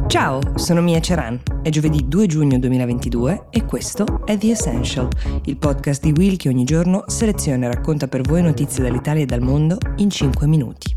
Ciao, sono Mia Ceran. È giovedì 2 giugno 2022 e questo è The Essential, il podcast di Will che ogni giorno seleziona e racconta per voi notizie dall'Italia e dal mondo in 5 minuti.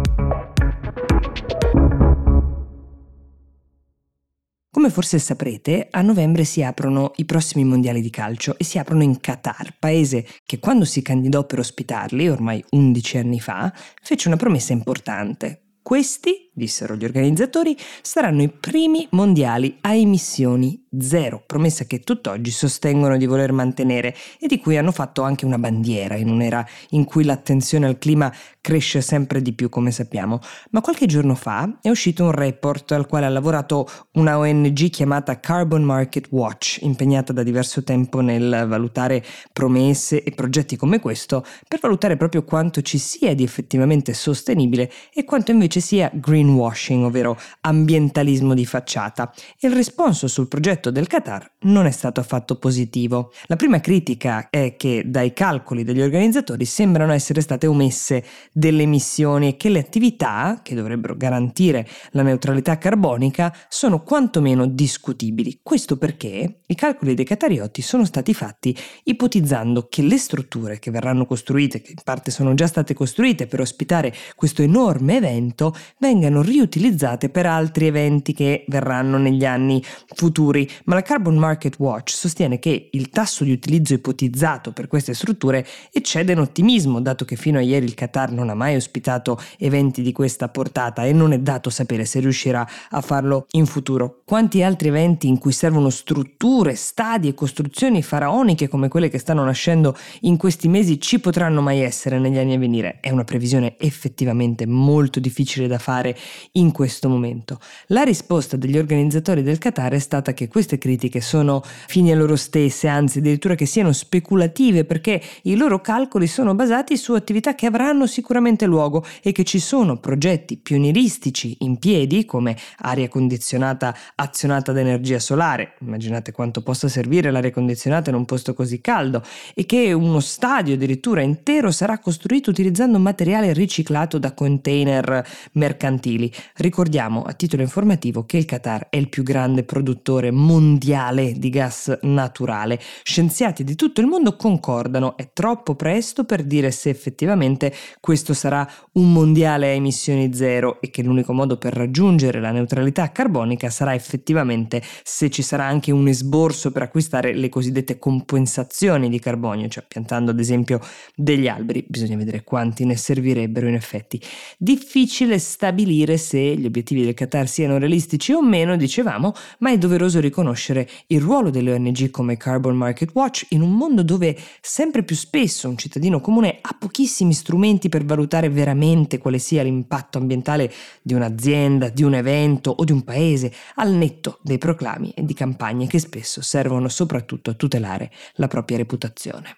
Come forse saprete, a novembre si aprono i prossimi mondiali di calcio e si aprono in Qatar, paese che quando si candidò per ospitarli, ormai 11 anni fa, fece una promessa importante. Questi, dissero gli organizzatori, saranno i primi mondiali a emissioni zero, promessa che tutt'oggi sostengono di voler mantenere e di cui hanno fatto anche una bandiera in un'era in cui l'attenzione al clima cresce sempre di più, come sappiamo. Ma qualche giorno fa è uscito un report al quale ha lavorato una ONG chiamata Carbon Market Watch, impegnata da diverso tempo nel valutare promesse e progetti come questo, per valutare proprio quanto ci sia di effettivamente sostenibile e quanto invece sia greenwashing, ovvero ambientalismo di facciata. E il responso sul progetto del Qatar non è stato affatto positivo. La prima critica è che dai calcoli degli organizzatori sembrano essere state omesse delle emissioni e che le attività, che dovrebbero garantire la neutralità carbonica, sono quantomeno discutibili. Questo perché i calcoli dei qatarioti sono stati fatti ipotizzando che le strutture che verranno costruite, che in parte sono già state costruite per ospitare questo enorme evento, vengano riutilizzate per altri eventi che verranno negli anni futuri. Ma la Carbon Market Watch sostiene che il tasso di utilizzo ipotizzato per queste strutture eccede in ottimismo, dato che fino a ieri il Qatar non ha mai ospitato eventi di questa portata e non è dato sapere se riuscirà a farlo in futuro. Quanti altri eventi in cui servono strutture, stadi e costruzioni faraoniche come quelle che stanno nascendo in questi mesi ci potranno mai essere negli anni a venire? È una previsione effettivamente molto difficile da fare in questo momento. La risposta degli organizzatori del Qatar è stata che queste critiche sono fini a loro stesse, anzi addirittura che siano speculative, perché i loro calcoli sono basati su attività che avranno sicuramente luogo e che ci sono progetti pionieristici in piedi, come aria condizionata azionata da energia solare, immaginate quanto possa servire l'aria condizionata in un posto così caldo, e che uno stadio addirittura intero sarà costruito utilizzando materiale riciclato da container mercantili. Ricordiamo a titolo informativo che il Qatar è il più grande produttore mondiale di gas naturale. Scienziati di tutto il mondo concordano, è troppo presto per dire se effettivamente questo sarà un mondiale a emissioni zero e che l'unico modo per raggiungere la neutralità carbonica sarà effettivamente se ci sarà anche un esborso per acquistare le cosiddette compensazioni di carbonio, cioè piantando ad esempio degli alberi. Bisogna vedere quanti ne servirebbero in effetti. Difficile stabilire se gli obiettivi del Qatar siano realistici o meno, dicevamo, ma è doveroso riconoscere il ruolo delle ONG come Carbon Market Watch in un mondo dove sempre più spesso un cittadino comune ha pochissimi strumenti per valutare veramente quale sia l'impatto ambientale di un'azienda, di un evento o di un paese, al netto dei proclami e di campagne che spesso servono soprattutto a tutelare la propria reputazione.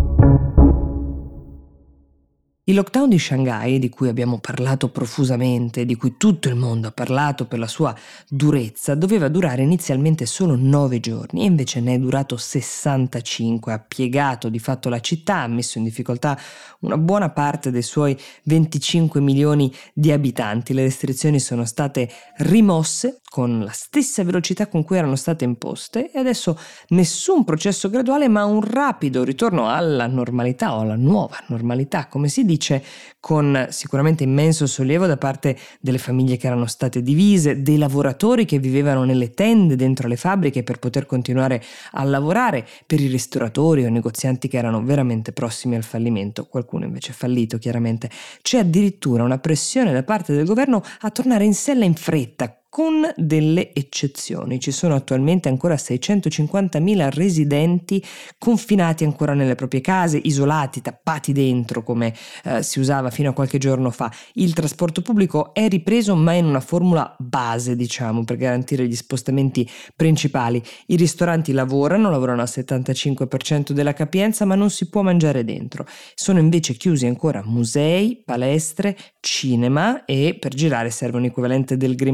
Il lockdown di Shanghai, di cui abbiamo parlato profusamente, di cui tutto il mondo ha parlato per la sua durezza, doveva durare inizialmente solo 9 giorni e invece ne è durato 65, ha piegato di fatto la città, ha messo in difficoltà una buona parte dei suoi 25 milioni di abitanti. Le restrizioni sono state rimosse con la stessa velocità con cui erano state imposte e adesso nessun processo graduale ma un rapido ritorno alla normalità o alla nuova normalità, come si dice, con sicuramente immenso sollievo da parte delle famiglie che erano state divise, dei lavoratori che vivevano nelle tende dentro le fabbriche per poter continuare a lavorare, per i ristoratori o negozianti che erano veramente prossimi al fallimento, qualcuno invece è fallito chiaramente. C'è addirittura una pressione da parte del governo a tornare in sella in fretta, con delle eccezioni. Ci sono attualmente ancora 650.000 residenti confinati ancora nelle proprie case, isolati, tappati dentro come si usava fino a qualche giorno fa. Il trasporto pubblico è ripreso ma in una formula base, diciamo, per garantire gli spostamenti principali. I ristoranti lavorano al 75% della capienza ma non si può mangiare dentro. Sono invece chiusi ancora musei, palestre, cinema e per girare serve un equivalente del Green Pass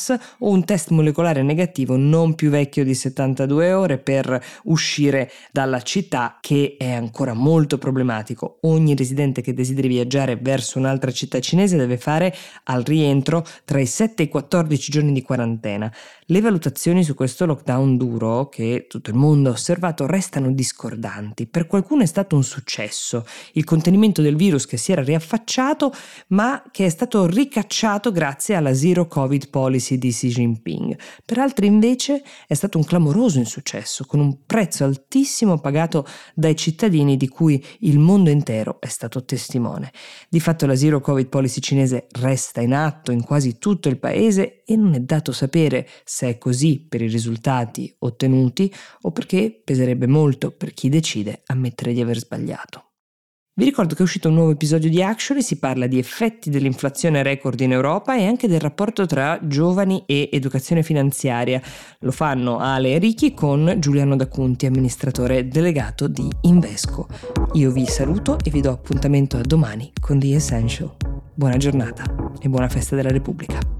pass o un test molecolare negativo non più vecchio di 72 ore per uscire dalla città, che è ancora molto problematico. Ogni residente che desideri viaggiare verso un'altra città cinese deve fare al rientro tra i 7 e i 14 giorni di quarantena. Le valutazioni su questo lockdown duro, che tutto il mondo ha osservato, restano discordanti. Per qualcuno è stato un successo, il contenimento del virus che si era riaffacciato ma che è stato ricacciato grazie alla Zero Covid Policy di Xi Jinping. Per altri invece è stato un clamoroso insuccesso, con un prezzo altissimo pagato dai cittadini di cui il mondo intero è stato testimone. Di fatto la Zero Covid Policy cinese resta in atto in quasi tutto il paese e non è dato sapere se è così per i risultati ottenuti o perché peserebbe molto per chi decide ammettere di aver sbagliato. Vi ricordo che è uscito un nuovo episodio di Actually, si parla di effetti dell'inflazione record in Europa e anche del rapporto tra giovani e educazione finanziaria. Lo fanno Ale e Ricky con Giuliano D'Acunti, amministratore delegato di Invesco. Io vi saluto e vi do appuntamento a domani con The Essential. Buona giornata e buona festa della Repubblica.